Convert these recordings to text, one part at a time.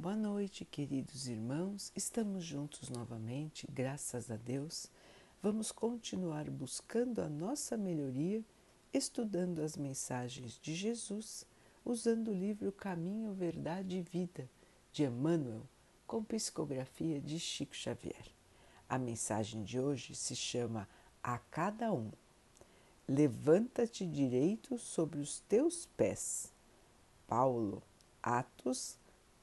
Boa noite, queridos irmãos. Estamos juntos novamente, graças a Deus. Vamos continuar buscando a nossa melhoria, estudando as mensagens de Jesus, usando o livro Caminho, Verdade e Vida, de Emmanuel, com psicografia de Chico Xavier. A mensagem de hoje se chama A Cada Um. Levanta-te direito sobre os teus pés. Paulo, Atos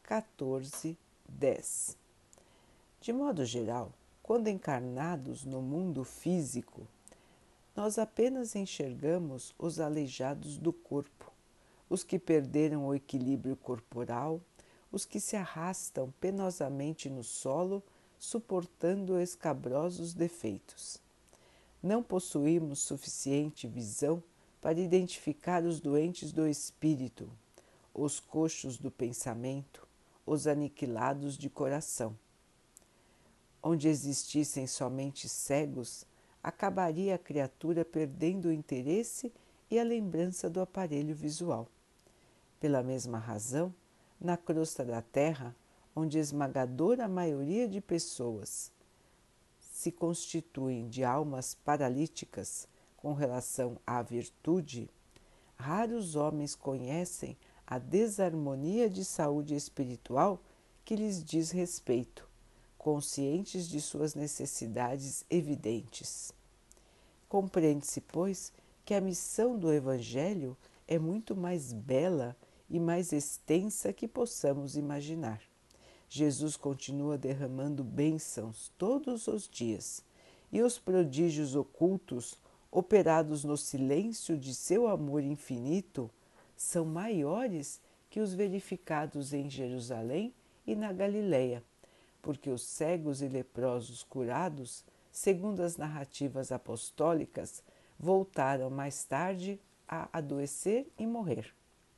14:10. De modo geral, quando encarnados no mundo físico, nós apenas enxergamos os aleijados do corpo, os que perderam o equilíbrio corporal, os que se arrastam penosamente no solo, suportando escabrosos defeitos. Não possuímos suficiente visão para identificar os doentes do espírito, os coxos do pensamento, os aniquilados de coração. Onde existissem somente cegos, acabaria a criatura perdendo o interesse e a lembrança do aparelho visual. Pela mesma razão, na crosta da terra, onde esmagadora maioria de pessoas se constituem de almas paralíticas com relação à virtude, raros homens conhecem a desarmonia de saúde espiritual que lhes diz respeito, conscientes de suas necessidades evidentes. Compreende-se, pois, que a missão do Evangelho é muito mais bela e mais extensa que possamos imaginar. Jesus continua derramando bênçãos todos os dias, e os prodígios ocultos, operados no silêncio de seu amor infinito, são maiores que os verificados em Jerusalém e na Galileia, porque os cegos e leprosos curados, segundo as narrativas apostólicas, voltaram mais tarde a adoecer e morrer.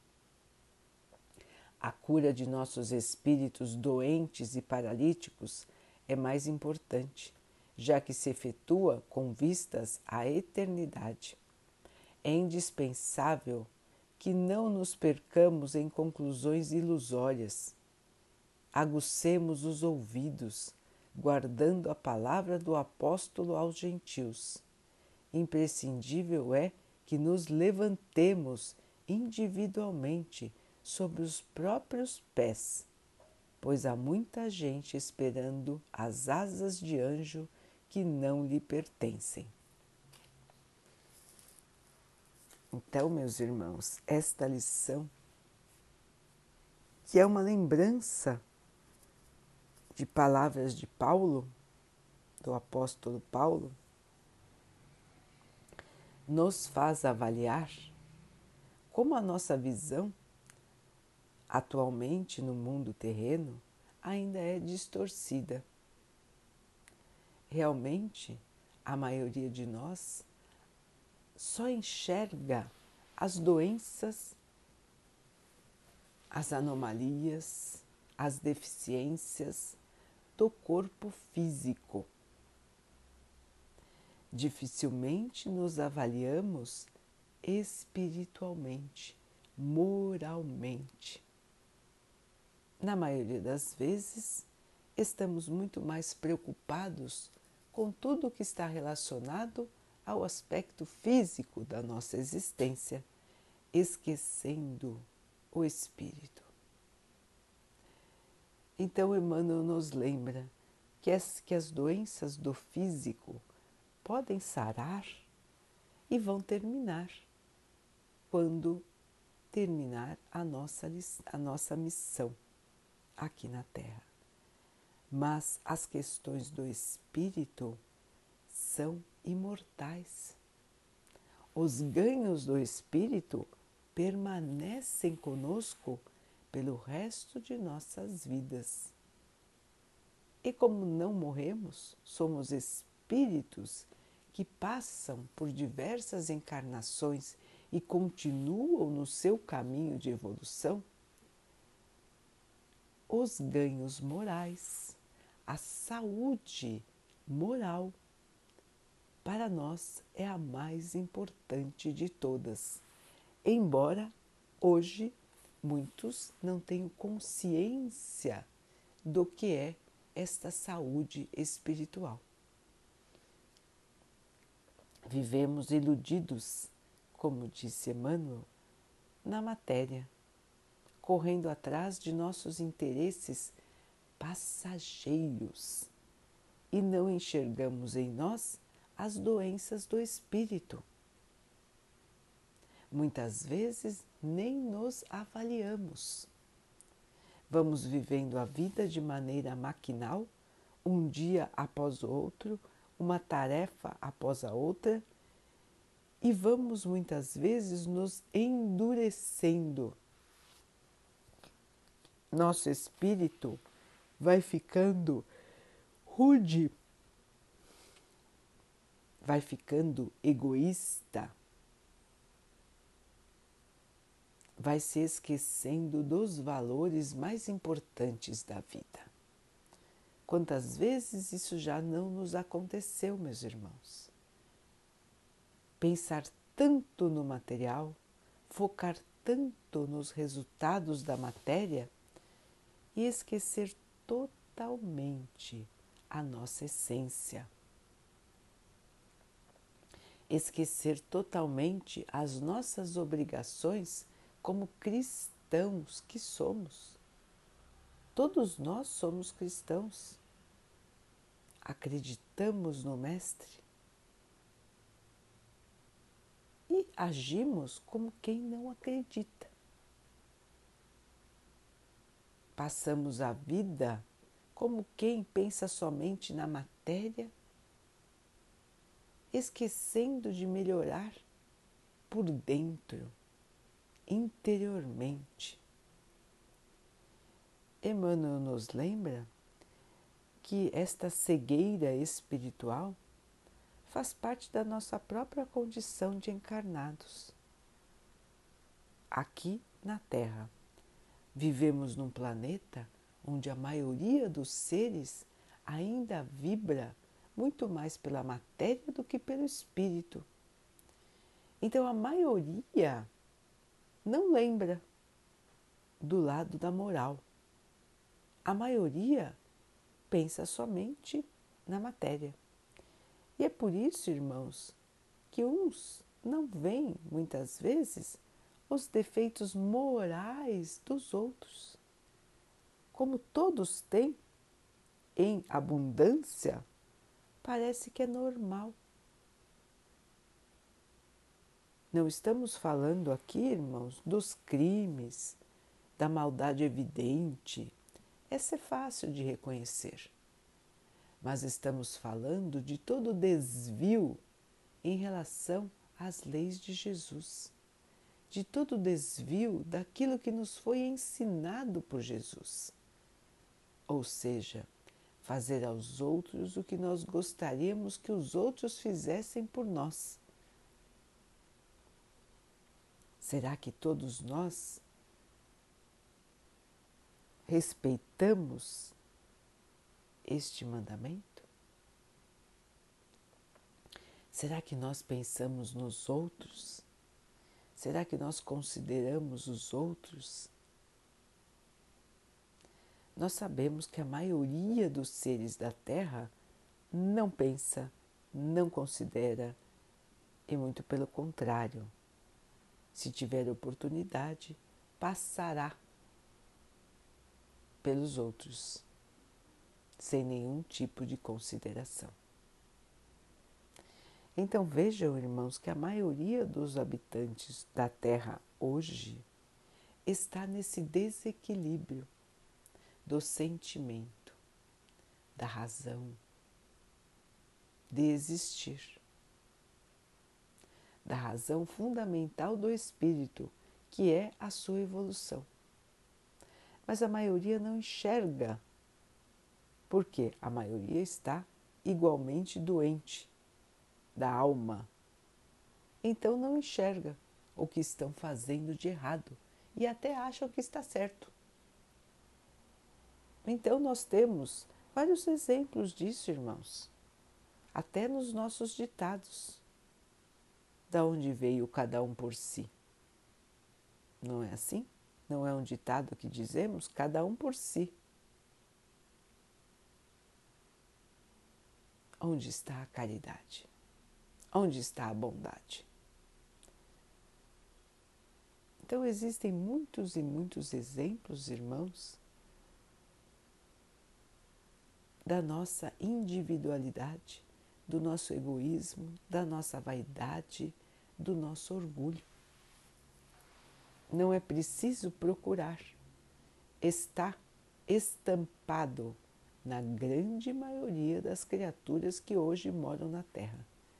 A cura de nossos espíritos doentes e paralíticos é mais importante, já que se efetua com vistas à eternidade. É indispensável que não nos percamos em conclusões ilusórias. Agucemos os ouvidos, guardando a palavra do apóstolo aos gentios. Imprescindível é que nos levantemos individualmente sobre os próprios pés, pois há muita gente esperando as asas de anjo que não lhe pertencem. Então, meus irmãos, esta lição, que é uma lembrança de palavras de Paulo, do apóstolo Paulo, nos faz avaliar como a nossa visão atualmente no mundo terreno ainda é distorcida. Realmente, a maioria de nós só enxerga as doenças, as anomalias, as deficiências do corpo físico. Dificilmente nos avaliamos espiritualmente, moralmente. Na maioria das vezes, estamos muito mais preocupados com tudo o que está relacionado ao aspecto físico da nossa existência, esquecendo o espírito. Então, Emmanuel nos lembra que as doenças do físico podem sarar e vão terminar quando terminar a nossa missão aqui na Terra. Mas as questões do espírito são imortais. Os ganhos do espírito permanecem conosco pelo resto de nossas vidas. E como não morremos, somos espíritos que passam por diversas encarnações e continuam no seu caminho de evolução, os ganhos morais, a saúde moral, para nós é a mais importante de todas. Embora hoje muitos não tenham consciência do que é esta saúde espiritual. Vivemos iludidos, como disse Emmanuel, na matéria, correndo atrás de nossos interesses passageiros e não enxergamos em nós as doenças do espírito. Muitas vezes nem nos avaliamos. Vamos vivendo a vida de maneira maquinal, um dia após o outro, uma tarefa após a outra, e vamos muitas vezes nos endurecendo. Nosso espírito vai ficando rude, vai ficando egoísta, vai se esquecendo dos valores mais importantes da vida. Quantas vezes isso já não nos aconteceu, meus irmãos? Pensar tanto no material, focar tanto nos resultados da matéria e esquecer totalmente a nossa essência. Esquecer totalmente as nossas obrigações como cristãos que somos. Todos nós somos cristãos. Acreditamos no Mestre e agimos como quem não acredita. Passamos a vida como quem pensa somente na matéria, esquecendo de melhorar por dentro, interiormente. Emmanuel nos lembra que esta cegueira espiritual faz parte da nossa própria condição de encarnados. Aqui na Terra, vivemos num planeta onde a maioria dos seres ainda vibra muito mais pela matéria do que pelo espírito. Então a maioria não lembra do lado da moral. A maioria pensa somente na matéria. E é por isso, irmãos, que uns não veem, muitas vezes, os defeitos morais dos outros. Como todos têm em abundância, parece que é normal. Não estamos falando aqui, irmãos, dos crimes, da maldade evidente. Essa é fácil de reconhecer. Mas estamos falando de todo o desvio em relação às leis de Jesus, de todo o desvio daquilo que nos foi ensinado por Jesus. Ou seja, fazer aos outros o que nós gostaríamos que os outros fizessem por nós. Será que todos nós respeitamos este mandamento? Será que nós pensamos nos outros? Será que nós consideramos os outros? Nós sabemos que a maioria dos seres da Terra não pensa, não considera e muito pelo contrário. Se tiver oportunidade, passará pelos outros, sem nenhum tipo de consideração. Então vejam, irmãos, que a maioria dos habitantes da Terra hoje está nesse desequilíbrio do sentimento, da razão, de existir, da razão fundamental do espírito, que é a sua evolução. Mas a maioria não enxerga, porque a maioria está igualmente doente da alma. Então não enxerga o que estão fazendo de errado e até acham que está certo. Então nós temos vários exemplos disso, irmãos, até nos nossos ditados. Da onde veio cada um por si? Não é assim? Não é um ditado que dizemos? Cada um por si. onde está a caridade? Onde está a bondade? Então existem muitos e muitos exemplos, irmãos, da nossa individualidade, do nosso egoísmo, da nossa vaidade, do nosso orgulho. Não é preciso procurar, está estampado na grande maioria das criaturas que hoje moram na Terra.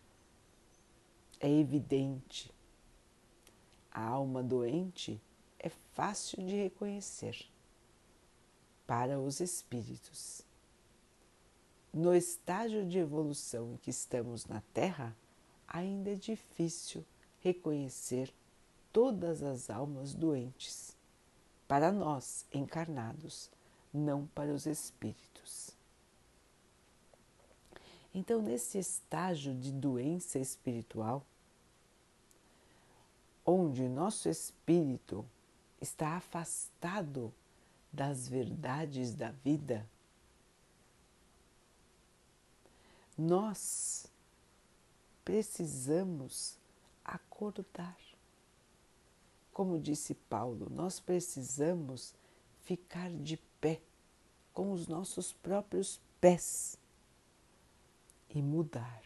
É evidente. A alma doente é fácil de reconhecer para os espíritos. No estágio de evolução em que estamos na Terra, ainda é difícil reconhecer todas as almas doentes, para nós encarnados, não para os espíritos. Então, nesse estágio de doença espiritual, onde nosso espírito está afastado das verdades da vida, nós precisamos acordar. Como disse Paulo, nós precisamos ficar de pé com os nossos próprios pés e mudar.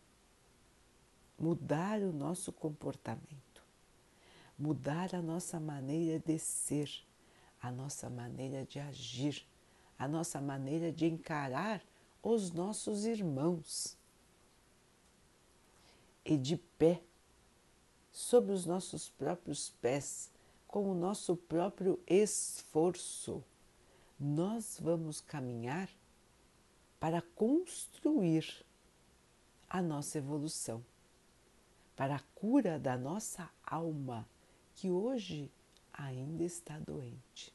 Mudar o nosso comportamento, mudar a nossa maneira de ser, a nossa maneira de agir, a nossa maneira de encarar os nossos irmãos. E de pé, sob os nossos próprios pés, com o nosso próprio esforço, nós vamos caminhar para construir a nossa evolução, para a cura da nossa alma, que hoje ainda está doente.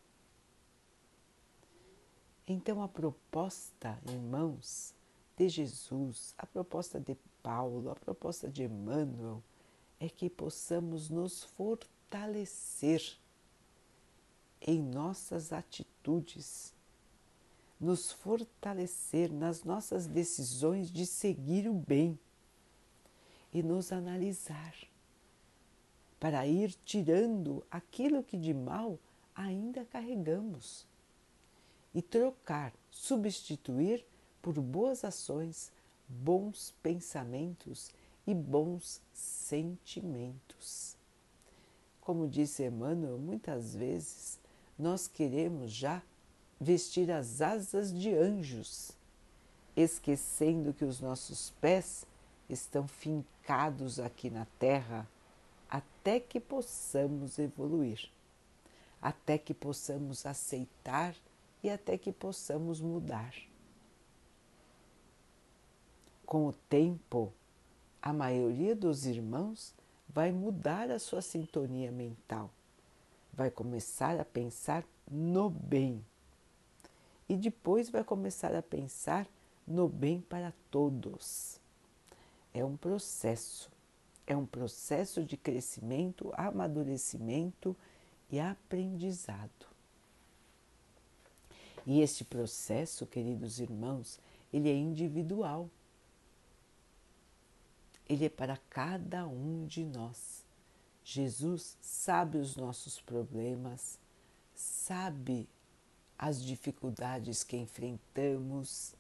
Então, a proposta, irmãos, de Jesus, a proposta de Paulo, a proposta de Emmanuel, é que possamos nos fortalecer em nossas atitudes, nos fortalecer nas nossas decisões de seguir o bem e nos analisar para ir tirando aquilo que de mal ainda carregamos e trocar, substituir por boas ações, bons pensamentos e bons sentimentos. Como disse Emmanuel, muitas vezes nós queremos já vestir as asas de anjos, esquecendo que os nossos pés estão fincados aqui na Terra até que possamos evoluir, até que possamos aceitar e até que possamos mudar. Com o tempo, a maioria dos irmãos vai mudar a sua sintonia mental, vai começar a pensar no bem e depois vai começar a pensar no bem para todos. É um processo de crescimento, amadurecimento e aprendizado. E este processo, queridos irmãos, ele é individual. Ele é para cada um de nós. Jesus sabe os nossos problemas, sabe as dificuldades que enfrentamos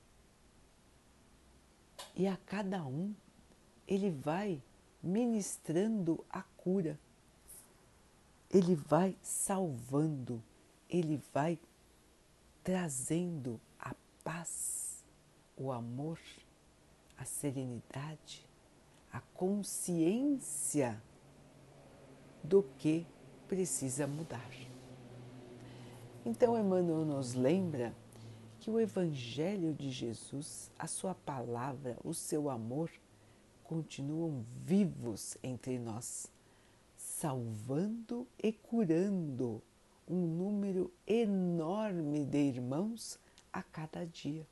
e a cada um ele vai ministrando a cura, ele vai salvando, ele vai trazendo a paz, o amor, a serenidade, a consciência do que precisa mudar. Então, Emmanuel nos lembra que o Evangelho de Jesus, a sua palavra, o seu amor, continuam vivos entre nós, salvando e curando um número enorme de irmãos a cada dia.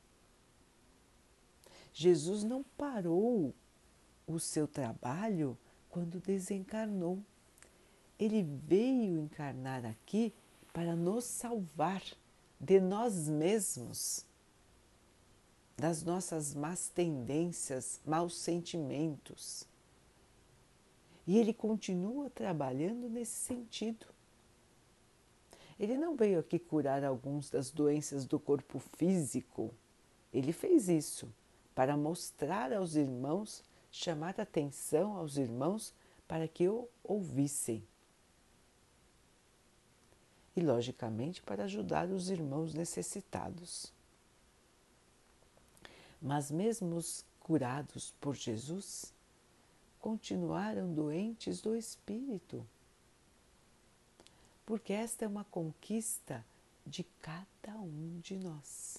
Jesus não parou o seu trabalho quando desencarnou. Ele veio encarnar aqui para nos salvar de nós mesmos. das nossas más tendências, maus sentimentos. E Ele continua trabalhando nesse sentido. Ele não veio aqui curar algumas das doenças do corpo físico. Ele fez isso para mostrar aos irmãos, chamar a atenção aos irmãos para que o ouvissem. E, logicamente, para ajudar os irmãos necessitados. Mas mesmo os curados por Jesus, continuaram doentes do espírito. Porque esta é uma conquista de cada um de nós.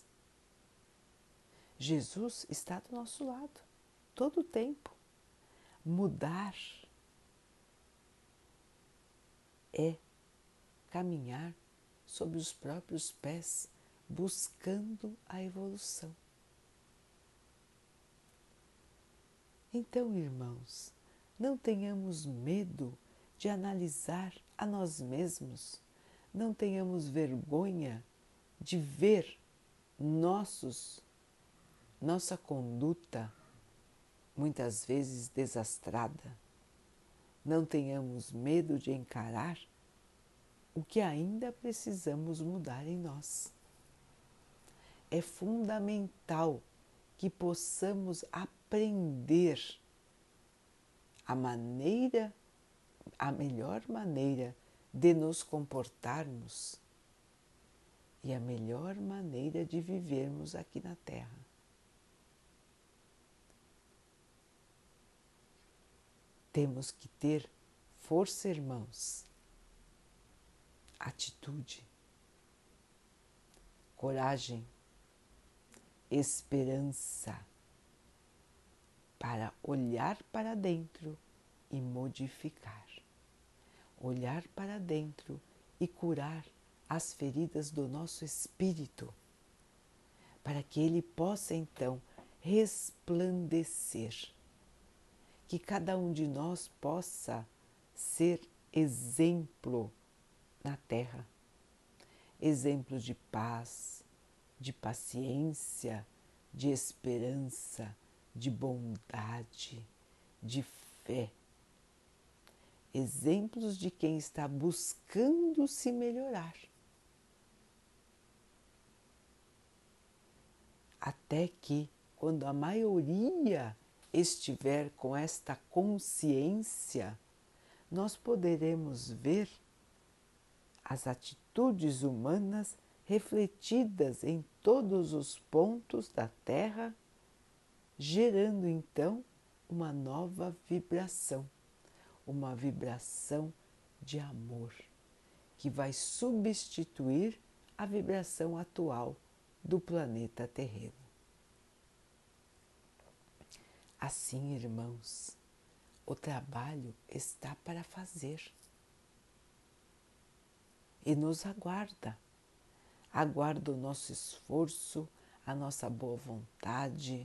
Jesus está do nosso lado, todo o tempo. Mudar é caminhar sobre os próprios pés, buscando a evolução. Então, irmãos, não tenhamos medo de analisar a nós mesmos, não tenhamos vergonha de ver nossa conduta muitas vezes desastrada. Não tenhamos medo de encarar o que ainda precisamos mudar em nós. É fundamental que possamos aprender a melhor maneira de nos comportarmos e a melhor maneira de vivermos aqui na Terra. Temos que ter força, irmãos, atitude, coragem, esperança para olhar para dentro e modificar. Olhar para dentro e curar as feridas do nosso espírito, para que ele possa então resplandecer. Que cada um de nós possa ser exemplo na Terra, exemplo de paz, de paciência, de esperança, de bondade, de fé. Exemplos de quem está buscando se melhorar. Até que, quando a maioria estiver com esta consciência, nós poderemos ver as atitudes humanas refletidas em todos os pontos da Terra, gerando então uma nova vibração, uma vibração de amor, que vai substituir a vibração atual do planeta terreno. Assim, irmãos, o trabalho está para fazer e nos aguarda. Aguarda o nosso esforço, a nossa boa vontade.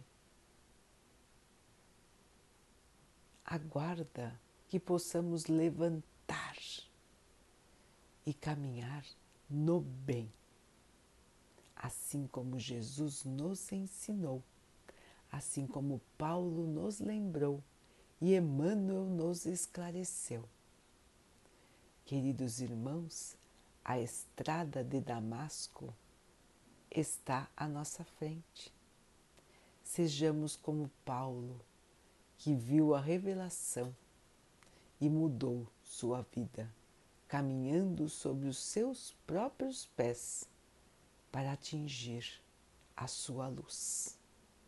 Aguarda que possamos levantar e caminhar no bem, assim como Jesus nos ensinou, assim como Paulo nos lembrou e Emmanuel nos esclareceu. Queridos irmãos, a estrada de Damasco está à nossa frente. Sejamos como Paulo, que viu a revelação e mudou sua vida, caminhando sobre os seus próprios pés para atingir a sua luz.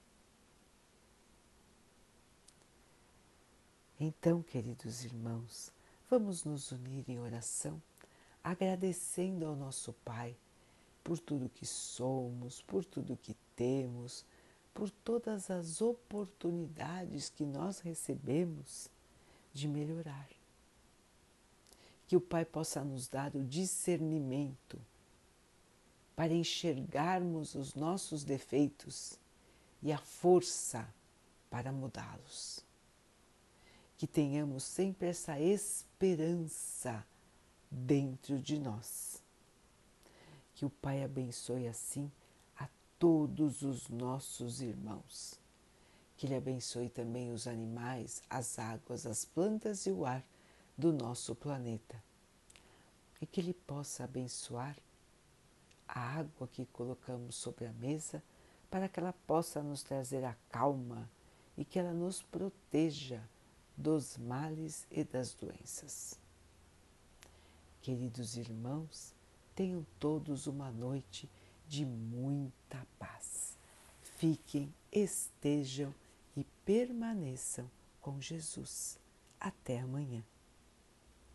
Então, queridos irmãos, vamos nos unir em oração, agradecendo ao nosso Pai por tudo que somos, por tudo que temos, por todas as oportunidades que nós recebemos de melhorar. Que o Pai possa nos dar o discernimento para enxergarmos os nossos defeitos e a força para mudá-los. Que tenhamos sempre essa esperança dentro de nós. Que o Pai abençoe assim a todos os nossos irmãos. Que Ele abençoe também os animais, as águas, as plantas e o ar do nosso planeta. E que Ele possa abençoar a água que colocamos sobre a mesa para que ela possa nos trazer a calma e que ela nos proteja dos males e das doenças. Queridos irmãos, tenham todos uma noite de muita paz. Fiquem, estejam e permaneçam com Jesus. Até amanhã.